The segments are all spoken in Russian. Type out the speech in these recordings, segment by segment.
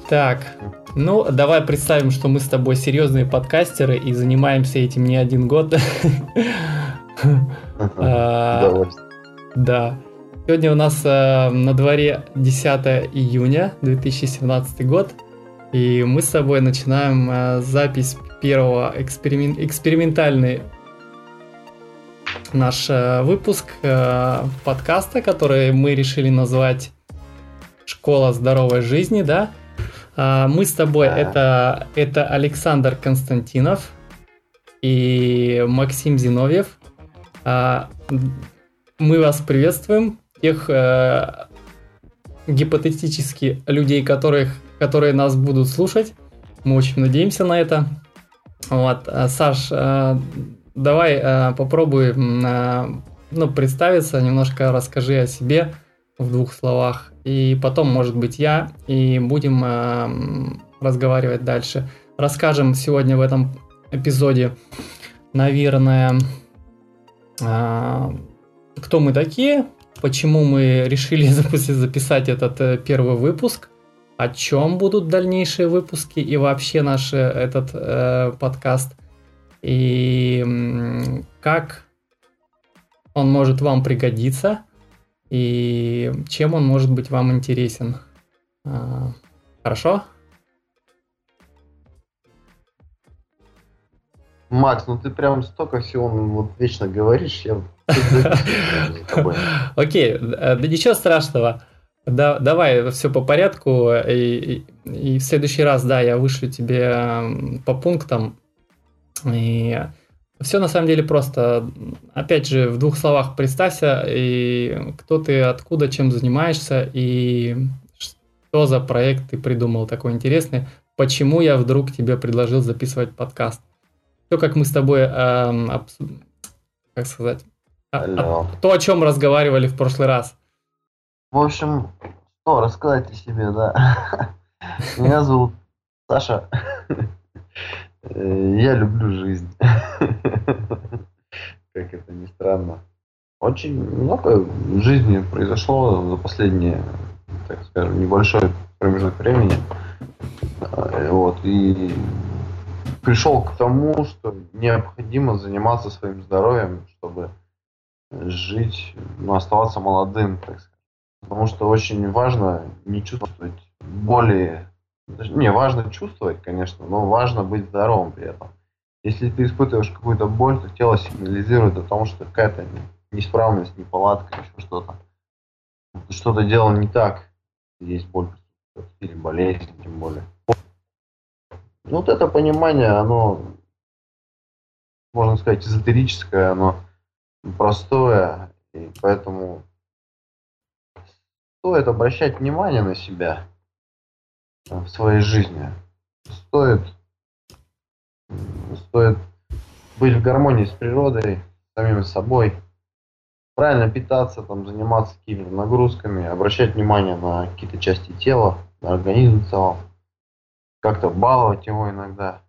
Так, ну давай представим, что мы с тобой серьезные подкастеры и занимаемся этим не один год. С удовольствием. Да. Сегодня у нас на дворе 10 июня 2017 год, и мы с тобой начинаем запись первого экспериментальный наш выпуск подкаста, который мы решили назвать «Школа здоровой жизни», да? Мы с тобой, это Александр Константинов и Максим Зиновьев. Мы вас приветствуем, тех гипотетически людей, которые нас будут слушать. Мы очень надеемся на это. Вот, Саш, давай попробуй представиться, немножко расскажи о себе в двух словах, и потом, может быть, я, и будем разговаривать дальше. Расскажем сегодня в этом эпизоде, наверное, кто мы такие, почему мы решили записать этот первый выпуск, о чем будут дальнейшие выпуски и вообще наш этот подкаст, и как он может вам пригодиться, и чем он может быть вам интересен. Хорошо? Макс, ну ты прям столько всего вот вечно говоришь, я Окей, да ничего страшного. Давай все по порядку, и в следующий раз, да, я вышлю тебе по пунктам. И все на самом деле просто. Опять же, в двух словах представься, и кто ты, откуда, чем занимаешься, и что за проект ты придумал такой интересный, почему я вдруг тебе предложил записывать подкаст. Все, как мы с тобой, как сказать, то, о чем разговаривали в прошлый раз. В общем, что рассказать о себе, да. Меня зовут Саша. Я люблю жизнь. Как это ни странно. Очень много в жизни произошло за последние, так скажем, небольшой промежуток времени. Вот, и пришел к тому, что необходимо заниматься своим здоровьем, чтобы жить, оставаться молодым, так сказать. Потому что очень важно не чувствовать боли. Не, важно чувствовать, конечно, но важно быть здоровым при этом. Если ты испытываешь какую-то боль, то тело сигнализирует о том, что какая-то неисправность, неполадка, еще что-то. Что-то делал не так. Есть боль или болезнь, тем более. Вот это понимание, оно, можно сказать, эзотерическое, оно простое, и поэтому стоит обращать внимание на себя в своей жизни. Стоит быть в гармонии с природой, с самим собой, правильно питаться, заниматься какими-то нагрузками, обращать внимание на какие-то части тела, на организм в целом, как-то баловать его иногда.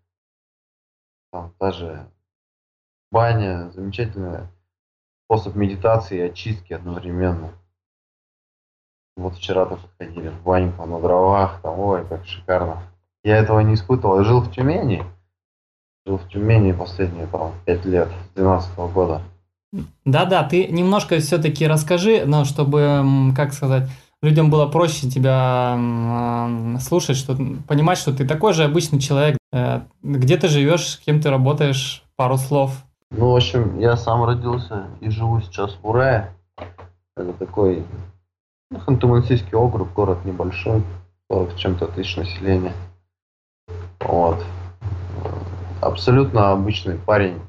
Даже баня — замечательный способ медитации и очистки одновременно. Вот вчера тоже ходили в баньку на дровах, ой, как шикарно. Я этого не испытывал. Я жил в Тюмени последние 5 лет, с 2012 года. Да, ты немножко все-таки расскажи, но чтобы, как сказать, людям было проще тебя слушать, понимать, что ты такой же обычный человек. Где ты живешь, с кем ты работаешь, пару слов. В общем, я сам родился и живу сейчас в Урае. Это такой Ханты-Мансийский округ, город небольшой, 40 с чем-то тысяч населения. Вот. Абсолютно обычный парень.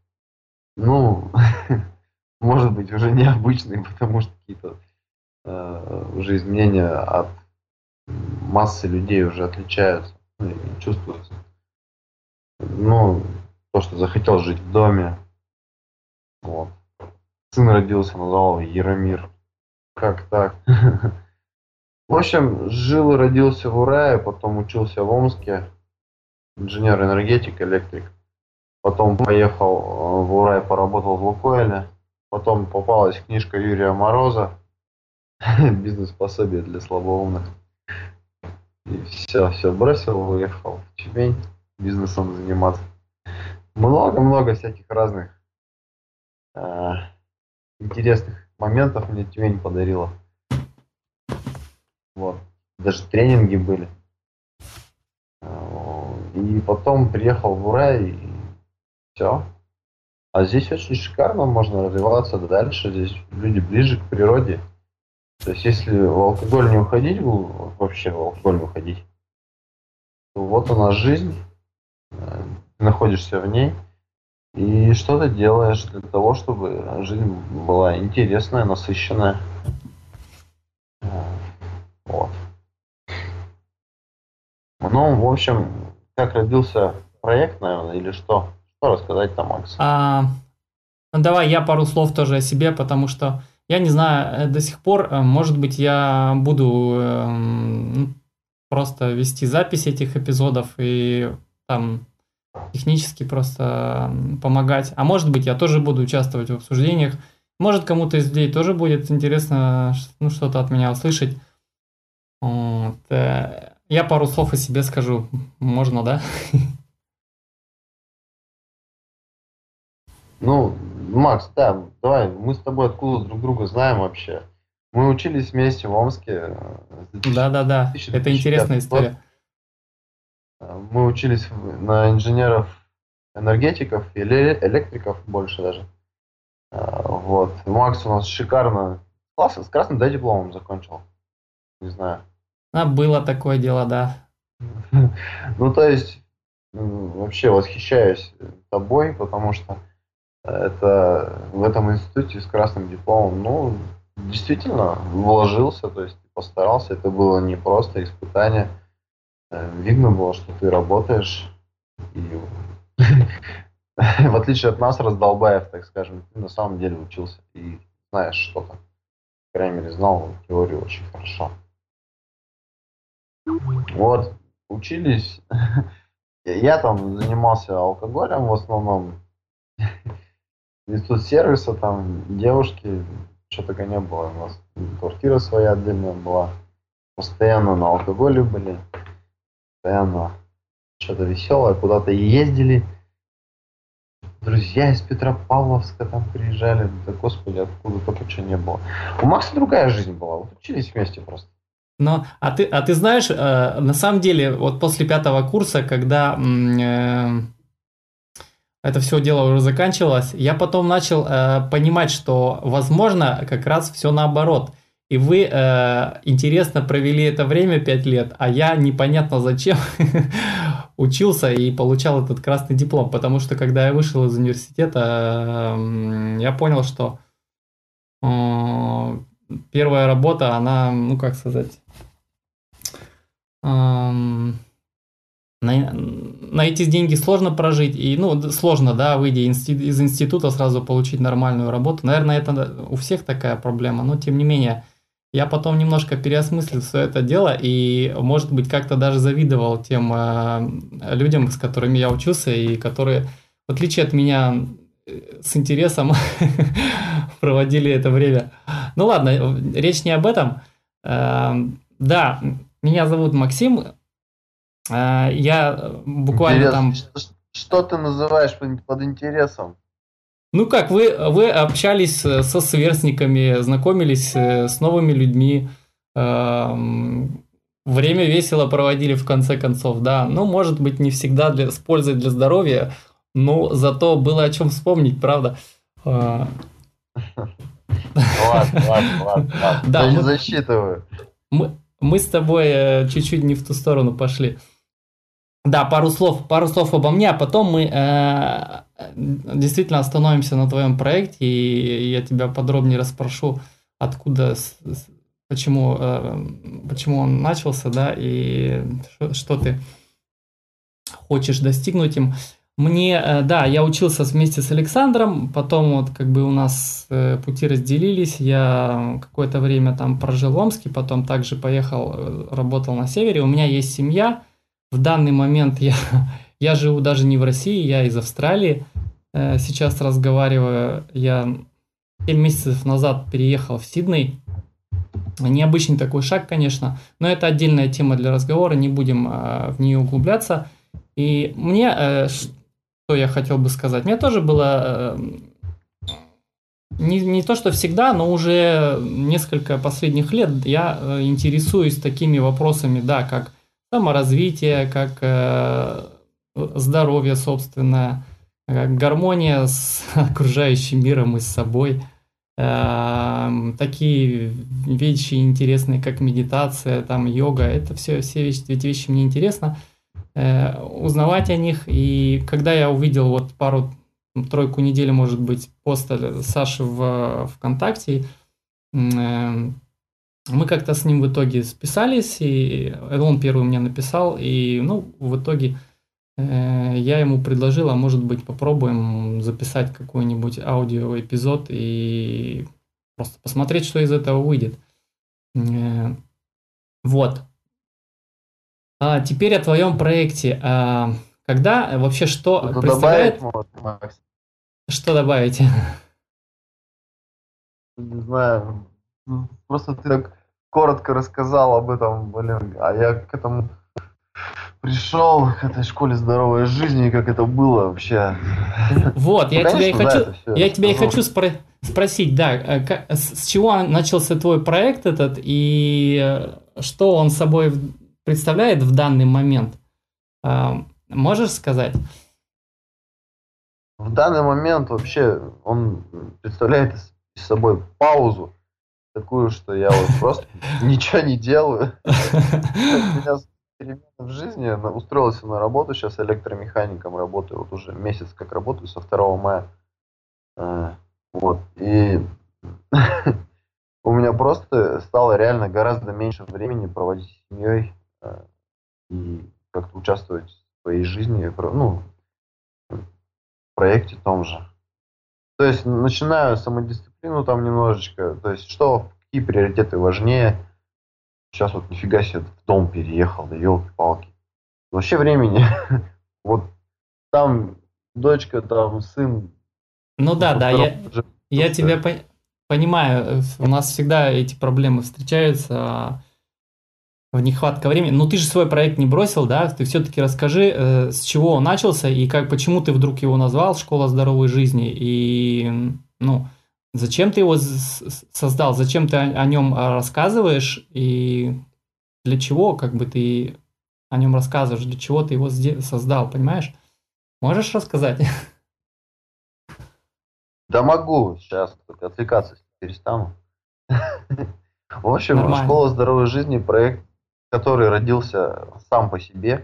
Может быть, уже необычный, потому что какие-то уже изменения от массы людей уже отличаются и чувствуются. То, что захотел жить в доме. Вот. Сын родился, назвал его Яромир. Как так? В общем, жил и родился в Урае, потом учился в Омске. Инженер-энергетик, электрик. Потом поехал в Урай, поработал в Лукойле. Потом попалась книжка Юрия Мороза «Бизнес-пособие для слабоумных». И все бросил, уехал в Тюмень бизнесом заниматься. Много-много всяких разных э, интересных моментов мне Тюмень подарила. Вот. Даже тренинги были. И потом приехал в Урай, и все. А здесь очень шикарно, можно развиваться дальше. Здесь люди ближе к природе. То есть, если в алкоголь не уходить, вообще в алкоголь не уходить, то вот у нас жизнь, ты находишься в ней, и что ты делаешь для того, чтобы жизнь была интересная, насыщенная. Вот. Ну, в общем, как родился проект, наверное, или что? Что рассказать там, Макс? Ну, давай я пару слов тоже о себе, потому что я не знаю, до сих пор, может быть, я буду просто вести запись этих эпизодов и там технически просто помогать. А может быть, я тоже буду участвовать в обсуждениях. Может, кому-то из людей тоже будет интересно что-то от меня услышать. Вот. Я пару слов о себе скажу. Можно, да? Ну, Макс, да, давай, мы с тобой откуда друг друга знаем вообще? Мы учились вместе в Омске Да-да-да, это 2005 интересная год. история. Мы учились на инженеров-энергетиков или электриков больше даже. Вот. Макс у нас шикарно с красным, да, дипломом закончил. Не знаю. Было такое дело, да. Ну, то есть, вообще восхищаюсь тобой, потому что это в этом институте с красным дипломом, ну, действительно вложился, то есть постарался. Это было не просто испытание. Видно было, что ты работаешь. И в отличие от нас, раздолбаев, так скажем, ты на самом деле учился и знаешь что-то. По крайней мере, знал теорию очень хорошо. Вот, учились. Я там занимался алкоголем в основном. Институт сервиса, там девушки, что только не было. У нас квартира своя отдельная была. Постоянно на алкоголе были. Постоянно что-то веселое. Куда-то ездили. Друзья из Петропавловска там приезжали. Да господи, откуда только что не было. У Макса другая жизнь была. Вот учились вместе просто. Но, а ты знаешь, на самом деле, вот после 5-го курса, когда это все дело уже заканчивалось, я потом начал понимать, что возможно как раз все наоборот. И вы интересно провели это время 5 лет, а я непонятно зачем учился и получал этот красный диплом. Потому что когда я вышел из университета, я понял, что первая работа, она, ну как сказать, на эти деньги сложно прожить, и, ну, сложно, да, выйдя из института, сразу получить нормальную работу. Наверное, это у всех такая проблема, но тем не менее, я потом немножко переосмыслил все это дело, и, может быть, как-то даже завидовал тем людям, с которыми я учился, и которые, в отличие от меня, с интересом проводили это время. Ну ладно, речь не об этом. Да, меня зовут Максим. Я буквально Интересно, там... что ты называешь под интересом? Ну как, вы общались со сверстниками, знакомились с новыми людьми, время весело проводили в конце концов, да. Ну, может быть, не всегда с пользой для здоровья, но зато было о чем вспомнить, правда? Ладно. Да, Я не засчитываю. мы с тобой чуть-чуть не в ту сторону пошли. Да, пару слов обо мне, а потом мы действительно остановимся на твоем проекте, и я тебя подробнее расспрошу, откуда, почему он начался, да, и что ты хочешь достигнуть им. Да, я учился вместе с Александром, потом вот как бы у нас пути разделились, я какое-то время там прожил в Омске, потом также поехал, работал на севере, у меня есть семья. В данный момент я живу даже не в России, я из Австралии. Сейчас разговариваю, я 7 месяцев назад переехал в Сидней. Необычный такой шаг, конечно, но это отдельная тема для разговора, не будем в нее углубляться. И мне, что я хотел бы сказать, мне тоже было не то, что всегда, но уже несколько последних лет я интересуюсь такими вопросами, да, как саморазвитие, как здоровье собственное, как гармония с окружающим миром и с собой. Такие вещи интересные, как медитация, там, йога, это все эти вещи мне интересно узнавать о них. И когда я увидел вот тройку недель, может быть, поста Саши в ВКонтакте, мы как-то с ним в итоге списались, и он первый мне написал, и, ну, в итоге я ему предложил, а может быть, попробуем записать какой-нибудь аудиоэпизод и просто посмотреть, что из этого выйдет. Вот. А теперь о твоем проекте. Когда вообще что Что-то представляет? добавить, может, Макс? Что добавить? Не знаю. Просто ты так коротко рассказал об этом, блин, а я к этому пришел, к этой школе здоровой жизни, как это было вообще. Вот, Ну, конечно, да, это все я тебя и расскажу. хочу спросить, да, с чего начался твой проект этот и что он собой представляет в данный момент? Можешь сказать? В данный момент вообще он представляет из собой паузу такую, что я вот просто ничего не делаю. У меня перемены в жизни, устроился на работу, сейчас электромехаником работаю, вот уже месяц как работаю, со 2 мая. Вот, и у меня просто стало реально гораздо меньше времени проводить с семьей и как-то участвовать в своей жизни, ну, в проекте том же. То есть начинаю самодисциплину там немножечко, то есть что, какие приоритеты важнее. Сейчас вот нифига себе в дом переехал, да елки-палки. Вообще времени, вот там дочка, там сын, Ну да, со да, второго уже я тебя понимаю. У нас всегда эти проблемы встречаются. Нехватка времени. Но ты же свой проект не бросил, да? Ты все-таки расскажи, с чего он начался и почему ты вдруг его назвал «Школа здоровой жизни» и, ну, зачем ты его создал, зачем ты о нем рассказываешь и для чего, как бы ты о нем рассказываешь, для чего ты его создал, понимаешь? Можешь рассказать? да могу, сейчас только отвлекаться перестану. В общем, Нормально. «Школа здоровой жизни» — проект, который родился сам по себе.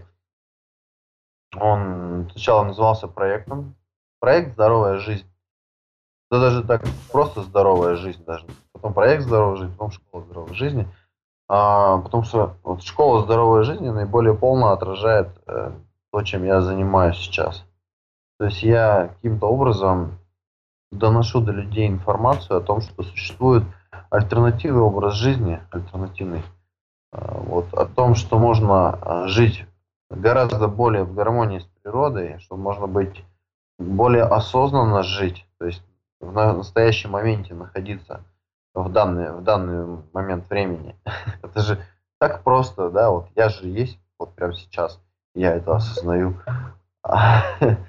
Он сначала назывался проектом. Проект «Здоровая жизнь». Да даже так просто «Здоровая жизнь» даже. Потом проект «Здоровая жизнь», потом «Школа здоровой жизни». Потому что вот «Школа здоровой жизни» наиболее полно отражает то, чем я занимаюсь сейчас. То есть я каким-то образом доношу до людей информацию о том, что существует альтернативный образ жизни, альтернативный. Вот, о том, что можно жить гораздо более в гармонии с природой, что можно быть более осознанно жить, то есть в настоящем моменте находиться в данный момент времени. Это же так просто, да, вот я же есть вот прямо сейчас, я это осознаю. А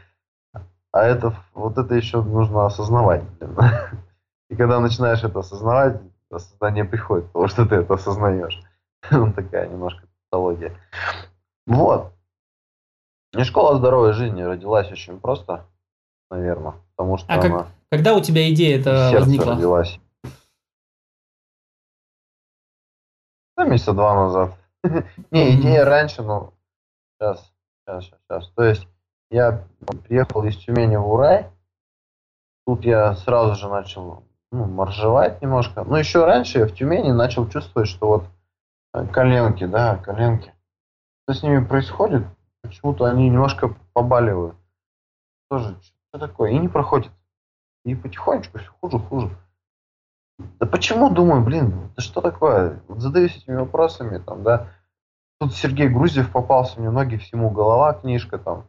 вот это еще нужно осознавать, блин. И когда начинаешь это осознавать, осознание приходит, потому что ты это осознаешь. Такая немножко психология. Вот. И школа здоровой жизни родилась очень просто, наверное, потому А что она когда у тебя идея из это сердца возникла? родилась. Месяца 2 назад. Не, Мгм. идея раньше, но сейчас. То есть я приехал из Тюмени в Урай, тут я сразу же начал моржевать немножко. Но еще раньше я в Тюмени начал чувствовать, что вот коленки, да, коленки. Что с ними происходит? Почему-то они немножко побаливают. Тоже, что такое? И не проходит. И потихонечку все хуже, хуже. Да почему, думаю, блин, да что такое? Вот задаюсь этими вопросами, там, да. Тут Сергей Грузев попался, мне ноги всему голова, книжка там.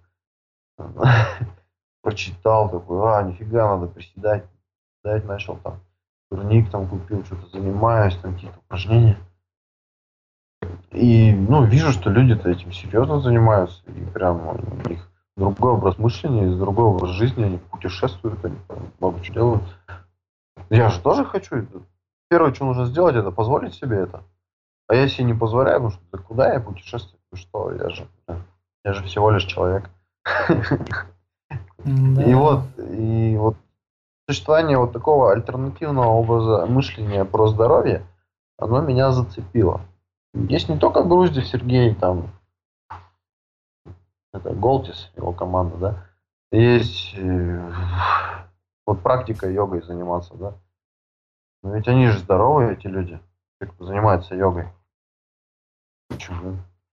Прочитал, такой, нифига, надо приседать. Приседать начал там. турник там купил, что-то занимаюсь, там какие-то упражнения. И, ну, вижу, что люди-то этим серьезно занимаются, и прям у них другой образ мышления, другой образ жизни, они путешествуют, они там много чего делают. Я же тоже хочу. Первое, что нужно сделать, это позволить себе это. А я себе не позволяю, потому что да куда я путешествую? Ну что, я же всего лишь человек. Да. И вот существование вот такого альтернативного образа мышления про здоровье, оно меня зацепило. Есть не только Груздев Сергей, там, это Голтис, его команда, да, есть вот практика йогой заниматься, да. Но ведь они же здоровые, эти люди, те, кто занимается йогой. Почему?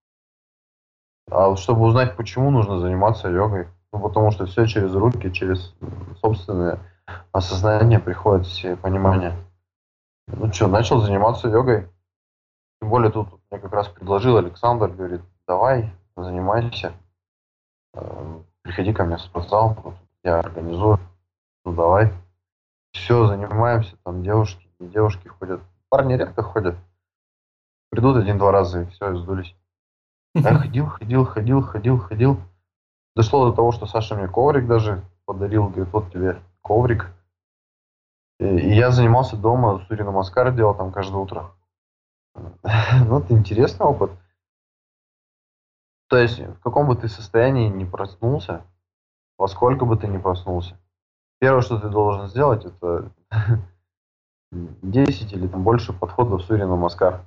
А вот чтобы узнать, почему нужно заниматься йогой, ну, потому что все через руки, через собственное осознание приходит все понимания. Ну что, начал заниматься йогой. Тем более тут мне как раз предложил Александр, говорит, давай, занимайся. Приходи ко мне в спортзал, вот я организую. Ну давай. Все, занимаемся, там девушки, не девушки ходят. Парни редко ходят. Придут один-два раза и все, и сдулись. А я ходил. Дошло до того, что Саша мне коврик даже подарил. Говорит, вот тебе коврик. И я занимался дома, Сурья Намаскар делал там каждое утро. Ну, это интересный опыт. То есть, в каком бы ты состоянии ни проснулся, во сколько бы ты ни проснулся, первое, что ты должен сделать, это 10 или там больше подходов Сурья Намаскар.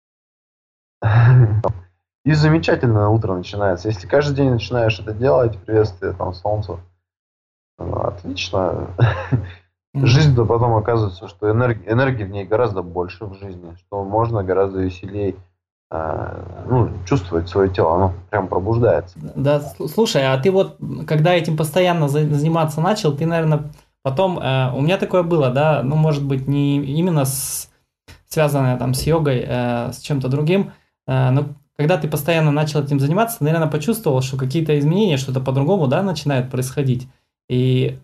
И замечательное утро начинается. Если каждый день начинаешь это делать, приветствие там солнцу, отлично. Жизнь-то потом оказывается, что энергии в ней гораздо больше в жизни, что можно гораздо веселее чувствовать свое тело, оно прям пробуждается. Да, слушай, а ты вот, когда этим постоянно заниматься начал, ты, наверное, потом, у меня такое было, да, ну, может быть, не именно связанное там с йогой, с чем-то другим, но когда ты постоянно начал этим заниматься, ты, наверное, почувствовал, что какие-то изменения, что-то по-другому, да, начинает происходить. И,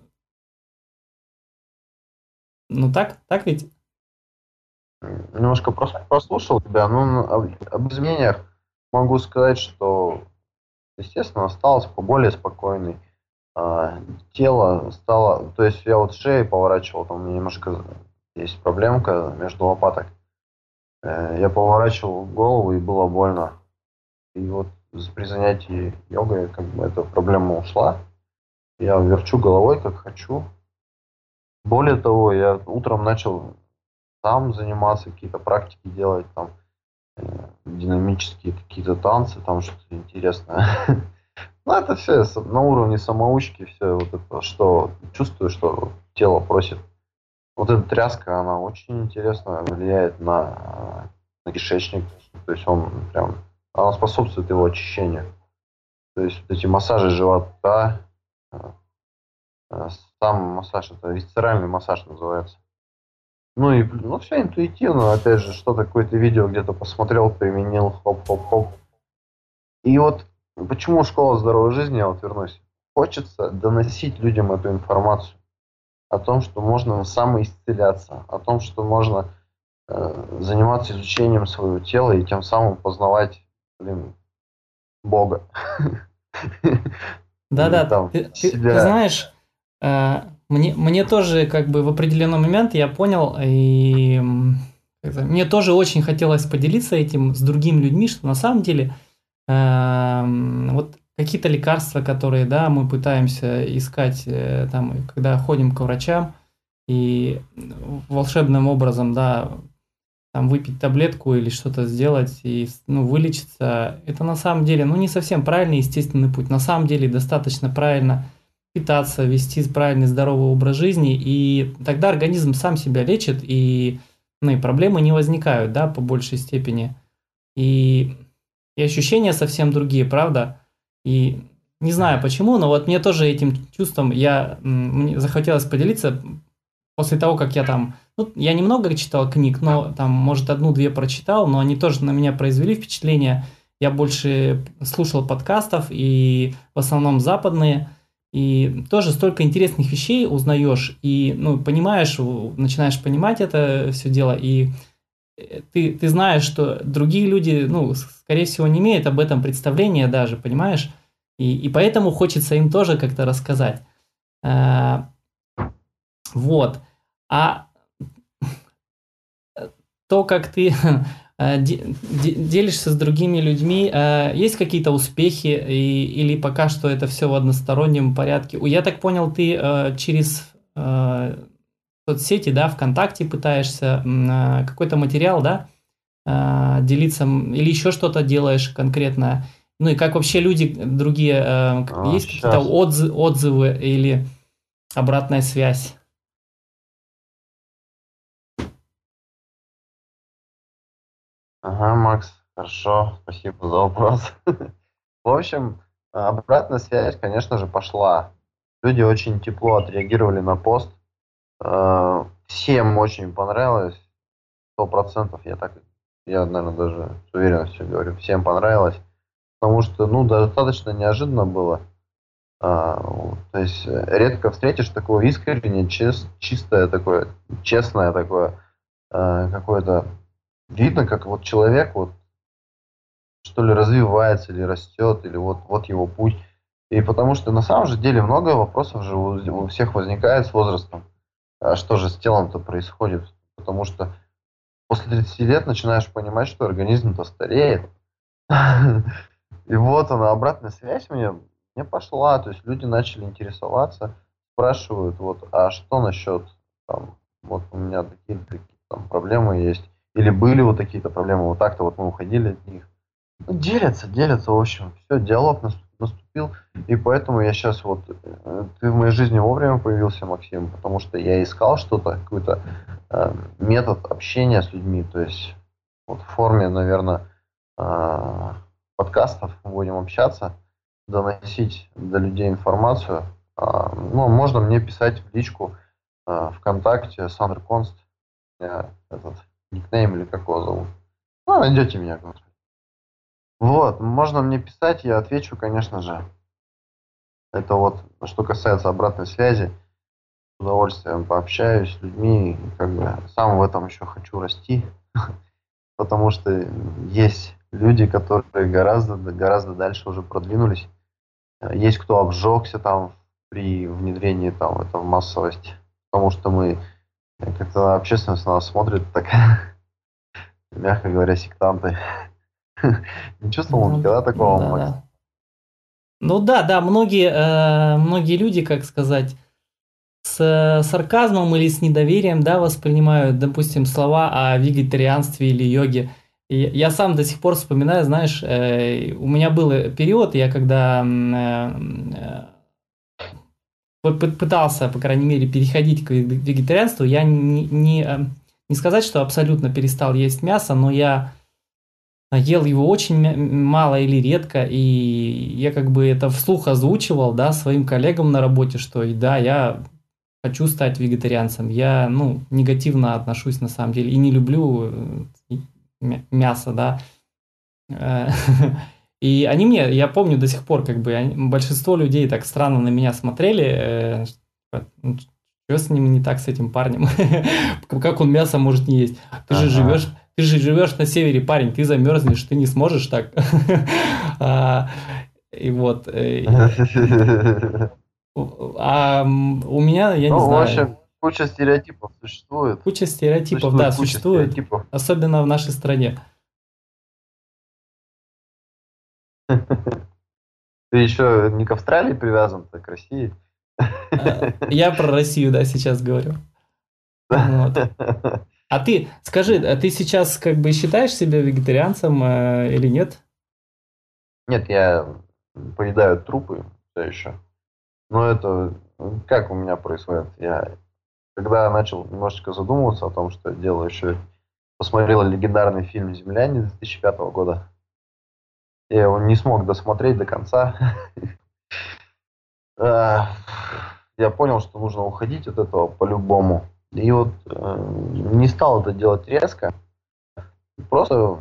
ну, так ведь? Немножко прослушал тебя, об изменениях могу сказать, что, естественно, осталось более спокойный. Тело стало, то есть я вот шею поворачивал, там у меня немножко есть проблемка между лопаток. Я поворачивал голову и было больно. И вот при занятии йогой как бы эта проблема ушла. Я верчу головой как хочу. Более того, я утром начал сам заниматься, какие-то практики делать, там динамические какие-то танцы, там что-то интересное. Ну, это все на уровне самоучки, все вот это, что чувствую, что тело просит. Вот эта тряска, она очень интересно влияет на кишечник. То есть она способствует его очищению. То есть вот эти массажи живота, сам массаж, это висцеральный массаж называется. Ну все интуитивно, опять же, что-то, какое-то видео где-то посмотрел, применил, хоп-хоп-хоп. И вот почему школа здоровой жизни, я вот вернусь, хочется доносить людям эту информацию о том, что можно самоисцеляться, о том, что можно заниматься изучением своего тела и тем самым познавать, Бога. Да-да, ты знаешь, мне тоже как бы в определенный момент я понял, и мне тоже очень хотелось поделиться этим с другими людьми, что на самом деле вот какие-то лекарства, которые, да, мы пытаемся искать там, когда ходим к врачам, и волшебным образом, да, там выпить таблетку или что-то сделать и вылечиться, это на самом деле не совсем правильный естественный путь. На самом деле достаточно правильно питаться, вести правильный здоровый образ жизни, и тогда организм сам себя лечит, и проблемы не возникают, да, по большей степени. И ощущения совсем другие, правда? И не знаю почему, но вот мне тоже этим чувством мне захотелось поделиться после того, как я там... я немного читал книг, но там, может, одну-две прочитал, но они тоже на меня произвели впечатление. Я больше слушал подкастов, и в основном западные. И тоже столько интересных вещей узнаешь, и, ну, понимаешь, начинаешь понимать это все дело, и ты знаешь, что другие люди, ну, скорее всего, не имеют об этом представления даже, понимаешь? И поэтому хочется им тоже как-то рассказать. Э, Вот. А то, как ты делишься с другими людьми, есть какие-то успехи или пока что это все в одностороннем порядке? Я так понял, ты через соцсети, да, ВКонтакте пытаешься какой-то материал, да, делиться или еще что-то делаешь конкретно? Ну и как вообще люди другие, есть какие-то Сейчас. отзывы или обратная связь? Ага, Макс, хорошо, спасибо за вопрос. В общем, обратная связь, конечно же, пошла. Люди очень тепло отреагировали на пост. Всем очень понравилось. 100%. Я, наверное, даже с уверенностью говорю, всем понравилось. Потому что, ну, достаточно неожиданно было. То есть редко встретишь такое искреннее, чистое такое, честное такое, какое-то. Видно, как вот человек вот что ли развивается или растет, или вот его путь. И потому что на самом же деле много вопросов же у всех возникает с возрастом. А что же с телом-то происходит? Потому что после 30 лет начинаешь понимать, что организм-то стареет. И вот она, обратная связь мне пошла. То есть люди начали интересоваться, спрашивают, вот, а что насчет, там, вот у меня такие там проблемы есть. Или были вот такие-то проблемы, вот так-то вот мы уходили от них. Ну, делятся, в общем. Все, диалог наступил. И поэтому я сейчас вот... Ты в моей жизни вовремя появился, Максим, потому что я искал что-то, какой-то метод общения с людьми. То есть вот в форме, наверное, подкастов будем общаться, доносить до людей информацию. Ну, можно мне писать в личку ВКонтакте, Сандер Конст, у меня этот никнейм или как его зовут. Ну, найдете меня, господи. Вот, можно мне писать, я отвечу, конечно же. Это вот, что касается обратной связи, с удовольствием пообщаюсь с людьми, и как бы сам в этом еще хочу расти, потому что есть люди, которые гораздо дальше уже продвинулись. Есть кто обжегся там при внедрении там это в массовость, потому что мы как-то общественность на нас смотрит так, мягко говоря, сектанты. Не чувствовал Ну, никогда такого, да, Макс? да. Ну да, да, многие люди, как сказать, с сарказмом или с недоверием, да, воспринимают, допустим, слова о вегетарианстве или йоге. И я сам до сих пор вспоминаю, знаешь, у меня был период, я когда пытался, по крайней мере, переходить к вегетарианству, я не сказать, что абсолютно перестал есть мясо, но я ел его очень мало или редко, и я как бы это вслух озвучивал, да, своим коллегам на работе, что и да, я хочу стать вегетарианцем. Я, ну, негативно отношусь на самом деле и не люблю мясо, да. Э, И они мне, я помню до сих пор, как бы, большинство людей так странно на меня смотрели, что с ним не так, с этим парнем, как он мясо может не есть. Ты же Ага. живешь, ты же живешь на севере, парень, ты замерзнешь, ты не сможешь так. А, И вот, у меня, я не Ну, в знаю, общем, куча стереотипов существует. куча стереотипов, да, Существует куча существует, стереотипов. особенно в нашей стране. Ты еще не к Австралии привязан, так к России. Я про Россию, да, сейчас говорю. Вот. А ты, скажи, а ты сейчас как бы считаешь себя вегетарианцем или нет? Нет, я поедаю трупы все еще. Но это как у меня происходит? Когда начал немножечко задумываться о том, что я делаю, еще посмотрел легендарный фильм «Земляне» 2005 года. Я его не смог досмотреть до конца. А, Я понял, что нужно уходить от этого по-любому. И вот не стал это делать резко. Просто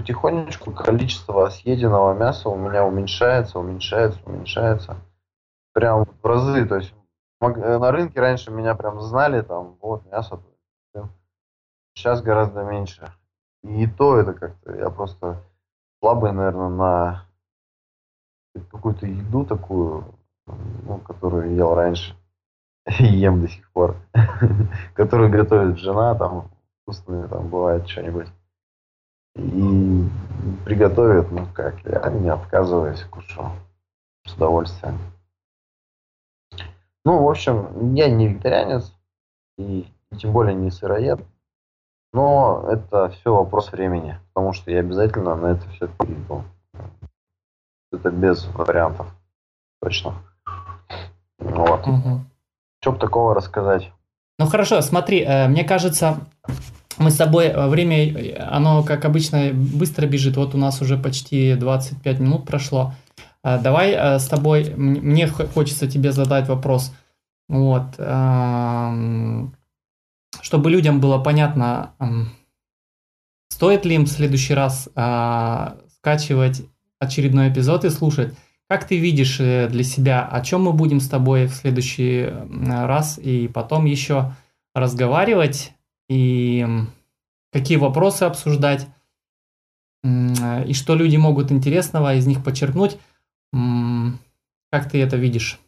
потихонечку количество съеденного мяса у меня уменьшается. прям в разы. То есть на рынке раньше меня прям знали, там, вот, мясо. Сейчас гораздо меньше. И то это как-то, я просто слабый, наверное, на какую-то еду такую, ну, которую ел раньше. И ем до сих пор. Которую готовит жена, там, вкусные, там, бывает что-нибудь. И приготовит, ну, как, я не отказываюсь, кушаю с удовольствием. Ну, в общем, я не вегетарианец, и тем более не сыроед, но это все вопрос времени, потому что я обязательно на это все перейду. Это без вариантов, точно. Вот. Мгм. Что бы такого рассказать? Ну хорошо, смотри, мне кажется, мы с тобой время, оно, как обычно, быстро бежит. Вот у нас уже почти 25 минут прошло. Давай с тобой, мне хочется тебе задать вопрос. Вот, чтобы людям было понятно, стоит ли им в следующий раз скачивать очередной эпизод и слушать. Как ты видишь для себя, о чем мы будем с тобой в следующий раз и потом еще разговаривать, и какие вопросы обсуждать, и что люди могут интересного из них почерпнуть. Как ты это видишь?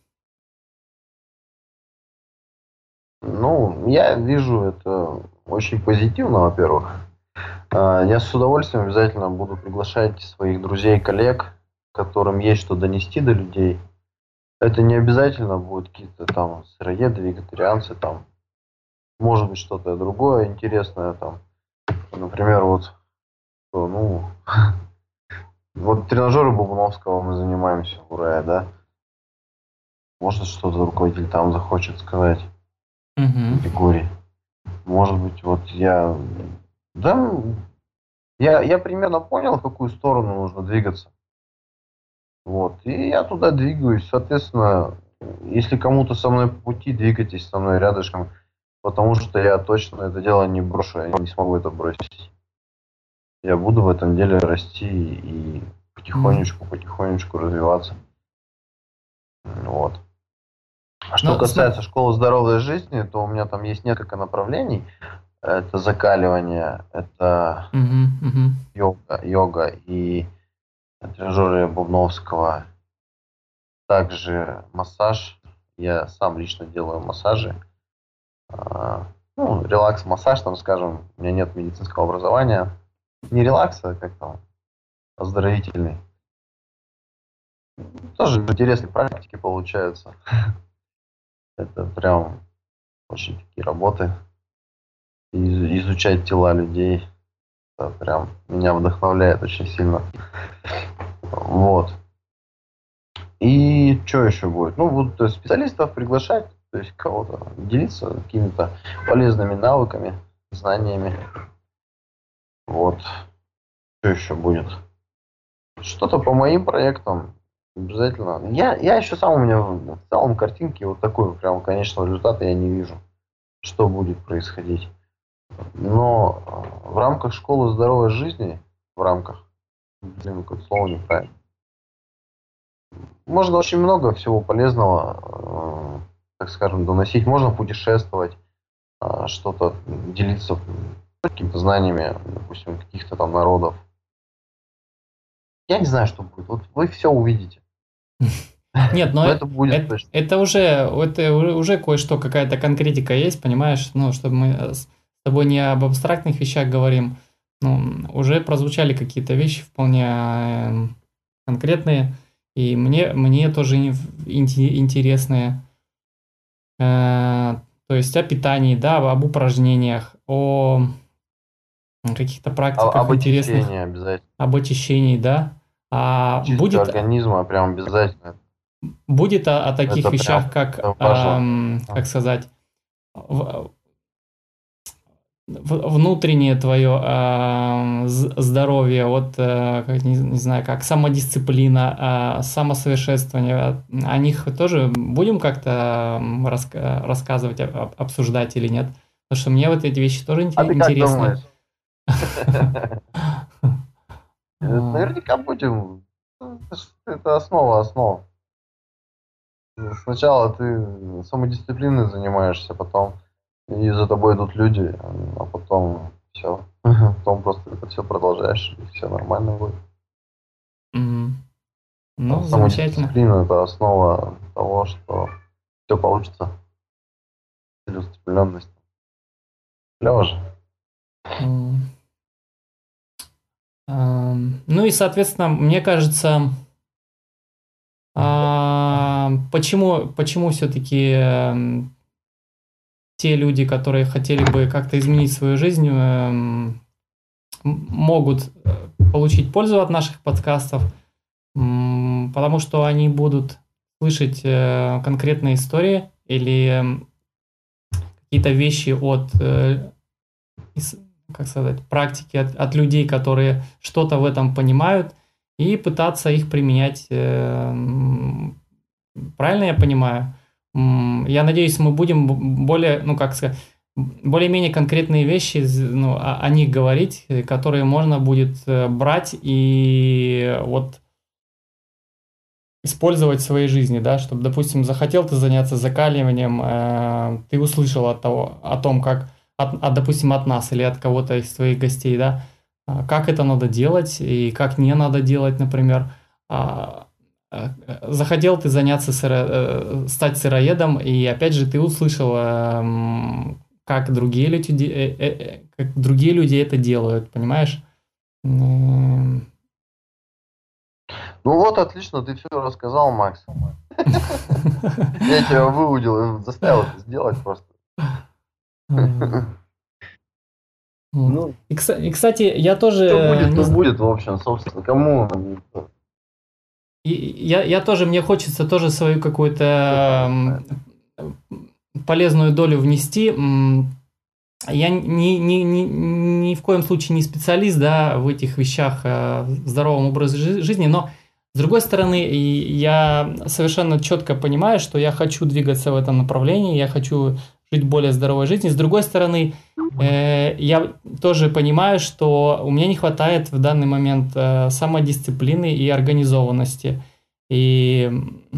Ну, я вижу это очень позитивно, во-первых. Я с удовольствием обязательно буду приглашать своих друзей, коллег, которым есть что донести до людей. Это не обязательно будут какие-то там сыроеды, вегетарианцы, там, может быть, что-то другое интересное, там, например, вот, ну, вот тренажеры Бубновского мы занимаемся, ура, да, может, что-то руководитель там захочет сказать, Угу. Григорий. Может быть, вот да, я примерно понял, в какую сторону нужно двигаться. Вот. И я туда двигаюсь. Соответственно, если кому-то со мной по пути, двигайтесь со мной рядышком, потому что я точно это дело не брошу, я не смогу это бросить. Я буду в этом деле расти и потихонечку развиваться. Вот. А что Ну, касается школы здоровой жизни, то у меня там есть несколько направлений. Это закаливание, это угу. йога и тренажеры Бубновского. Также массаж. Я сам лично делаю массажи. Ну, релакс-массаж, там, скажем, у меня нет медицинского образования. Не релакс, а как там, оздоровительный. Тоже интересные практики получаются. Это прям очень такие работы. И изучать тела людей. Это прям меня вдохновляет очень сильно. Вот. И что еще будет? Ну, будут специалистов приглашать, то есть кого-то делиться какими-то полезными навыками, знаниями. Вот. Что еще будет? Что-то по моим проектам обязательно. Я еще сам, у меня в целом картинки вот такой прям конечного результата я не вижу, что будет происходить. Но в рамках школы здоровой жизни, в рамках, блин, какое слово неправильно, можно очень много всего полезного, так скажем, доносить. Можно путешествовать, что-то делиться какими-то знаниями, допустим, каких-то там народов. Я не знаю, что будет. Вот вы все увидите. Нет, но Но это будет точно. это уже кое-что, какая-то конкретика есть, понимаешь? Ну, чтобы мы с тобой не об абстрактных вещах говорим, ну, уже прозвучали какие-то вещи вполне конкретные, и мне тоже интересные. То есть о питании, да, об упражнениях, о каких-то практиках Об интересных, очищении обязательно. об очищении, да. А Чистка будет организма прям обязательно. Будет о таких Это прям вещах, как, это важно. как сказать, внутреннее твое здоровье, вот, не знаю, как самодисциплина, самосовершенствование, о них тоже будем как-то рассказывать, обсуждать или нет? Потому что мне вот эти вещи тоже А ты как интересны. думаешь? Наверняка будем. Это основа основ. Сначала ты самодисциплиной занимаешься, потом и за тобой идут люди, а потом все. Потом просто это все продолжаешь, и все нормально будет. Мгм. Ну, замечательно. Самодисциплина – это основа того, что все получится. Целеустремленность. Клево же. М. Ну и, соответственно, мне кажется, почему все-таки те люди, которые хотели бы как-то изменить свою жизнь, могут получить пользу от наших подкастов, потому что они будут слышать конкретные истории или какие-то вещи от, как сказать, практики, от людей, которые что-то в этом понимают, и пытаться их применять. Правильно я понимаю? Я надеюсь, мы будем более, ну как сказать, более-менее конкретные вещи, ну, о них говорить, которые можно будет брать и вот использовать в своей жизни, да, чтобы, допустим, захотел ты заняться закаливанием, ты услышал о том, как, допустим, от нас или от кого-то из твоих гостей, да, как это надо делать и как не надо делать, например. Захотел ты заняться, стать сыроедом, и опять же ты услышал, как другие люди это делают, понимаешь? Ну вот, отлично, ты все рассказал, Макс. Я тебя выудил, заставил это сделать просто. Ну, И, кстати, я что тоже будет, то будет, в общем, собственно, кому... я тоже, мне хочется тоже свою какую-то полезную долю внести. Я ни в коем случае не специалист, да, в этих вещах, в здоровом образе жизни, но с другой стороны, я совершенно четко понимаю, что я хочу двигаться в этом направлении, я хочу жить более здоровой жизнью. С другой стороны, я тоже понимаю, что у меня не хватает в данный момент самодисциплины и организованности. И,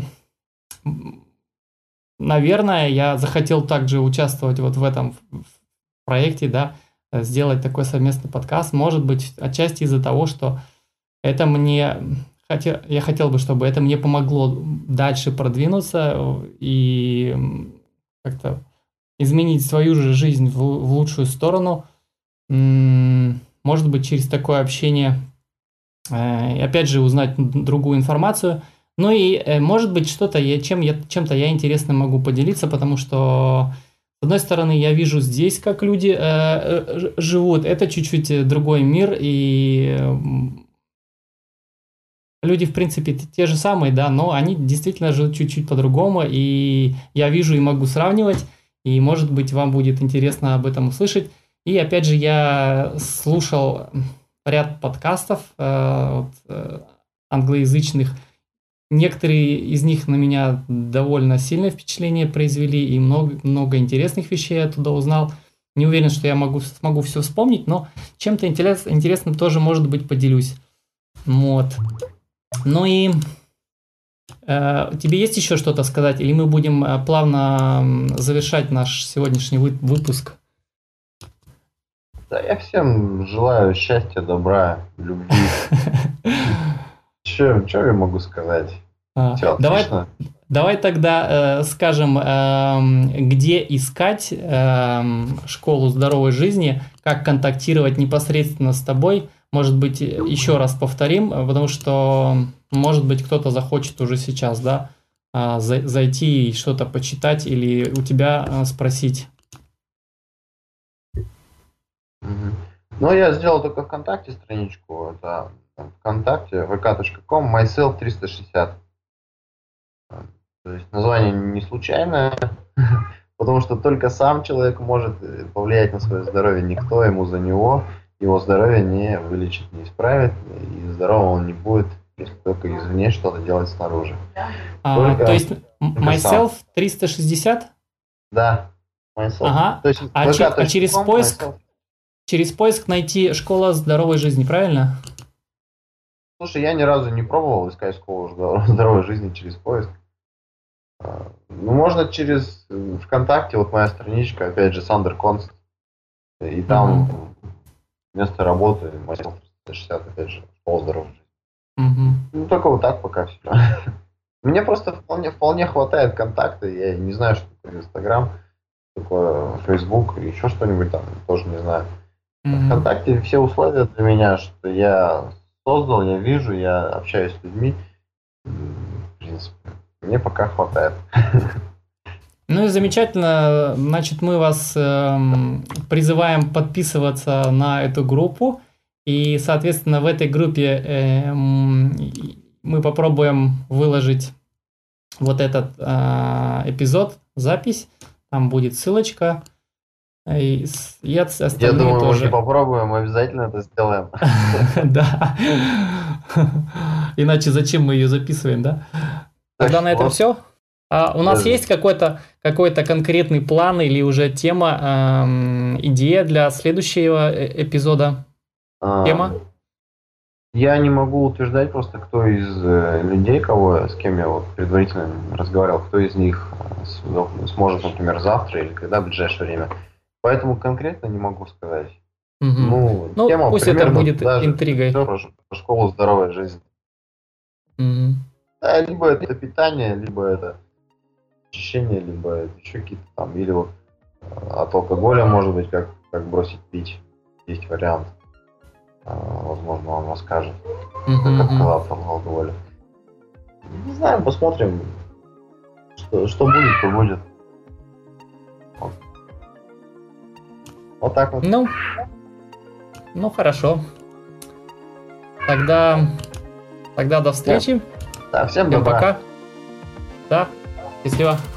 наверное, я захотел также участвовать вот в этом проекте, да, сделать такой совместный подкаст. Может быть, отчасти из-за того, что это я хотел бы, чтобы это мне помогло дальше продвинуться и как-то изменить свою же жизнь в лучшую сторону. Может быть, через такое общение, и опять же, узнать другую информацию. Ну и, может быть, чем-то я интересно могу поделиться, потому что, с одной стороны, я вижу здесь, как люди живут. Это чуть-чуть другой мир, и люди, в принципе, те же самые, да, но они действительно живут чуть-чуть по-другому, и я вижу и могу сравнивать, и, может быть, вам будет интересно об этом услышать. И, опять же, я слушал ряд подкастов англоязычных. Некоторые из них на меня довольно сильное впечатление произвели, и много интересных вещей я оттуда узнал. Не уверен, что я смогу все вспомнить, но чем-то интересным тоже, может быть, поделюсь. Вот. Ну и тебе есть еще что-то сказать, или мы будем плавно завершать наш сегодняшний выпуск? Да, я всем желаю счастья, добра, любви. Что я могу сказать? Все отлично. Давай тогда скажем, где искать школу здоровой жизни, как контактировать непосредственно с тобой. Может быть, еще раз повторим, потому что, может быть, кто-то захочет уже сейчас, да, зайти и что-то почитать или у тебя спросить. Ну, я сделал только ВКонтакте страничку. Это ВКонтакте, vk.com, myself360. То есть название не случайное, потому что только сам человек может повлиять на свое здоровье, никто ему за него его здоровье не вылечит, не исправит, и здоровым он не будет, если только извне что-то делать снаружи. То есть myself 360? Да, myself. Ага. То есть через поиск найти школа здоровой жизни, правильно? Слушай, я ни разу не пробовал искать школу здоровой жизни через поиск. Ну, можно через ВКонтакте, вот моя страничка, опять же, Сандер Конст, и там место работы, мастер 360, опять же, школа здоровья. Ну, только вот так пока все. Мне просто вполне хватает контакта, я не знаю, что такое Инстаграм, что такое Фейсбук, еще что-нибудь там, тоже не знаю. ВКонтакте все условия для меня, что я создал, я вижу, я общаюсь с людьми. В принципе, мне пока хватает. Ну и замечательно. Значит, мы вас призываем подписываться на эту группу. И, соответственно, в этой группе мы попробуем выложить вот этот эпизод, запись. Там будет ссылочка. И остальные Я думаю, тоже. мы не попробуем, мы обязательно это сделаем. Да. Иначе зачем мы ее записываем, да? Тогда на этом все. А у нас есть какой-то конкретный план или уже тема, идея для следующего эпизода? Тема? Я не могу утверждать просто, кто из людей, с кем я вот предварительно разговаривал, кто из них сможет, например, завтра или когда в ближайшее время. Поэтому конкретно не могу сказать. Ну, тема пусть это будет интригой. Про школу здоровой жизни. Да, либо это питание, либо это очищение, либо это еще какие-то там, или вот от алкоголя, может быть, как бросить пить. Есть вариант. Возможно, он расскажет, как отказаться от алкоголя. Не знаю, посмотрим, что будет, то будет. Вот так вот. Ну хорошо. Тогда до встречи. Да, всем добра. Пока. Да, счастливо.